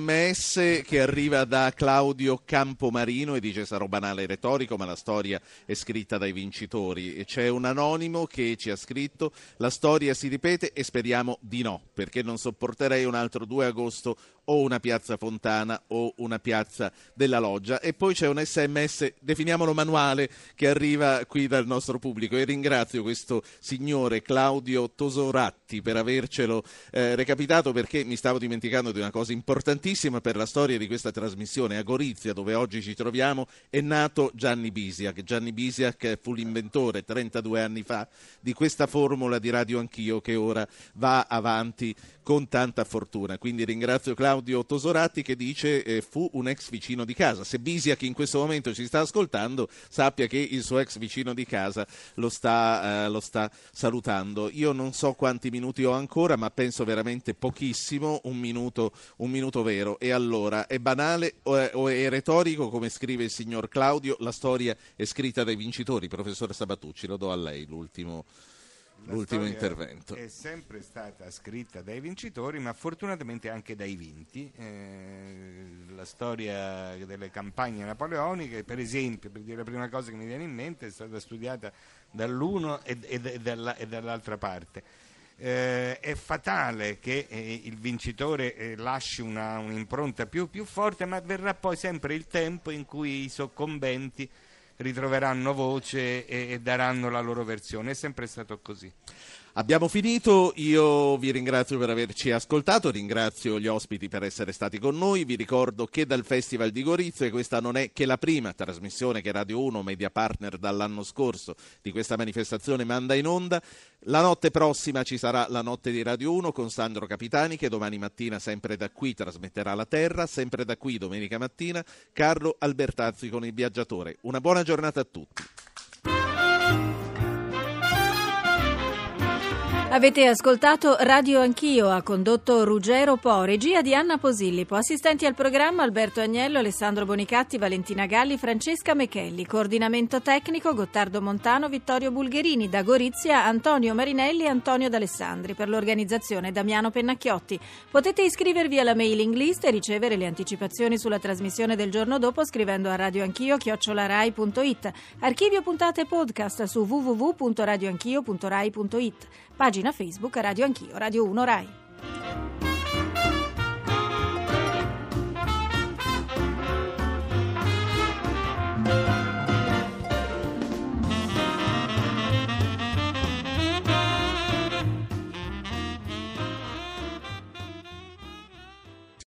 SMS che arriva da Claudio Campomarino e dice: sarò banale e retorico, ma la storia è scritta dai vincitori. E c'è un anonimo che ci ha scritto: la storia si ripete e speriamo di no, perché non sopporterei un altro 2 agosto o una piazza Fontana o una piazza della Loggia. E poi c'è un SMS, definiamolo manuale, che arriva qui dal nostro pubblico, e ringrazio questo signore Claudio Tosoratti per avercelo recapitato, perché mi stavo dimenticando di una cosa importantissima per la storia di questa trasmissione. A Gorizia, dove oggi ci troviamo, è nato Gianni Bisiak. Gianni Bisiak fu l'inventore 32 anni fa di questa formula di Radio Anch'io che ora va avanti con tanta fortuna. Quindi ringrazio Claudio Tosoratti che dice fu un ex vicino di casa. Se Bisiak in questo momento ci sta ascoltando, sappia che il suo ex vicino di casa lo sta salutando. Io non so quanti minuti ho ancora, ma penso veramente pochissimo, un minuto vero. E allora, è banale o è retorico, come scrive il signor Claudio? La storia è scritta dai vincitori. Professor Sabatucci, lo do a lei l'ultimo intervento. È sempre stata scritta dai vincitori, ma fortunatamente anche dai vinti. La storia delle campagne napoleoniche, per esempio, per dire la prima cosa che mi viene in mente, è stata studiata dall'uno e dall'altra parte. È fatale che il vincitore lasci un'impronta più forte, ma verrà poi sempre il tempo in cui i soccombenti ritroveranno voce e daranno la loro versione. È sempre stato così. Abbiamo finito, io vi ringrazio per averci ascoltato, ringrazio gli ospiti per essere stati con noi, vi ricordo che dal Festival di Gorizia, e questa non è che la prima trasmissione che Radio 1, media partner dall'anno scorso di questa manifestazione, manda in onda. La notte prossima ci sarà la notte di Radio 1 con Sandro Capitani, che domani mattina sempre da qui trasmetterà La Terra, sempre da qui domenica mattina Carlo Albertazzi con Il Viaggiatore. Una buona giornata a tutti. Avete ascoltato Radio Anch'io, ha condotto Ruggero Po, regia di Anna Posillipo, assistenti al programma Alberto Agnello, Alessandro Bonicatti, Valentina Galli, Francesca Mechelli, coordinamento tecnico Gottardo Montano, Vittorio Bulgherini, da Gorizia Antonio Marinelli e Antonio D'Alessandri, per l'organizzazione Damiano Pennacchiotti. Potete iscrivervi alla mailing list e ricevere le anticipazioni sulla trasmissione del giorno dopo scrivendo a radioanchio@rai.it. Archivio puntate podcast su www.radioanchio.rai.it. Pagina Facebook Radio Anch'io, Radio 1 Rai.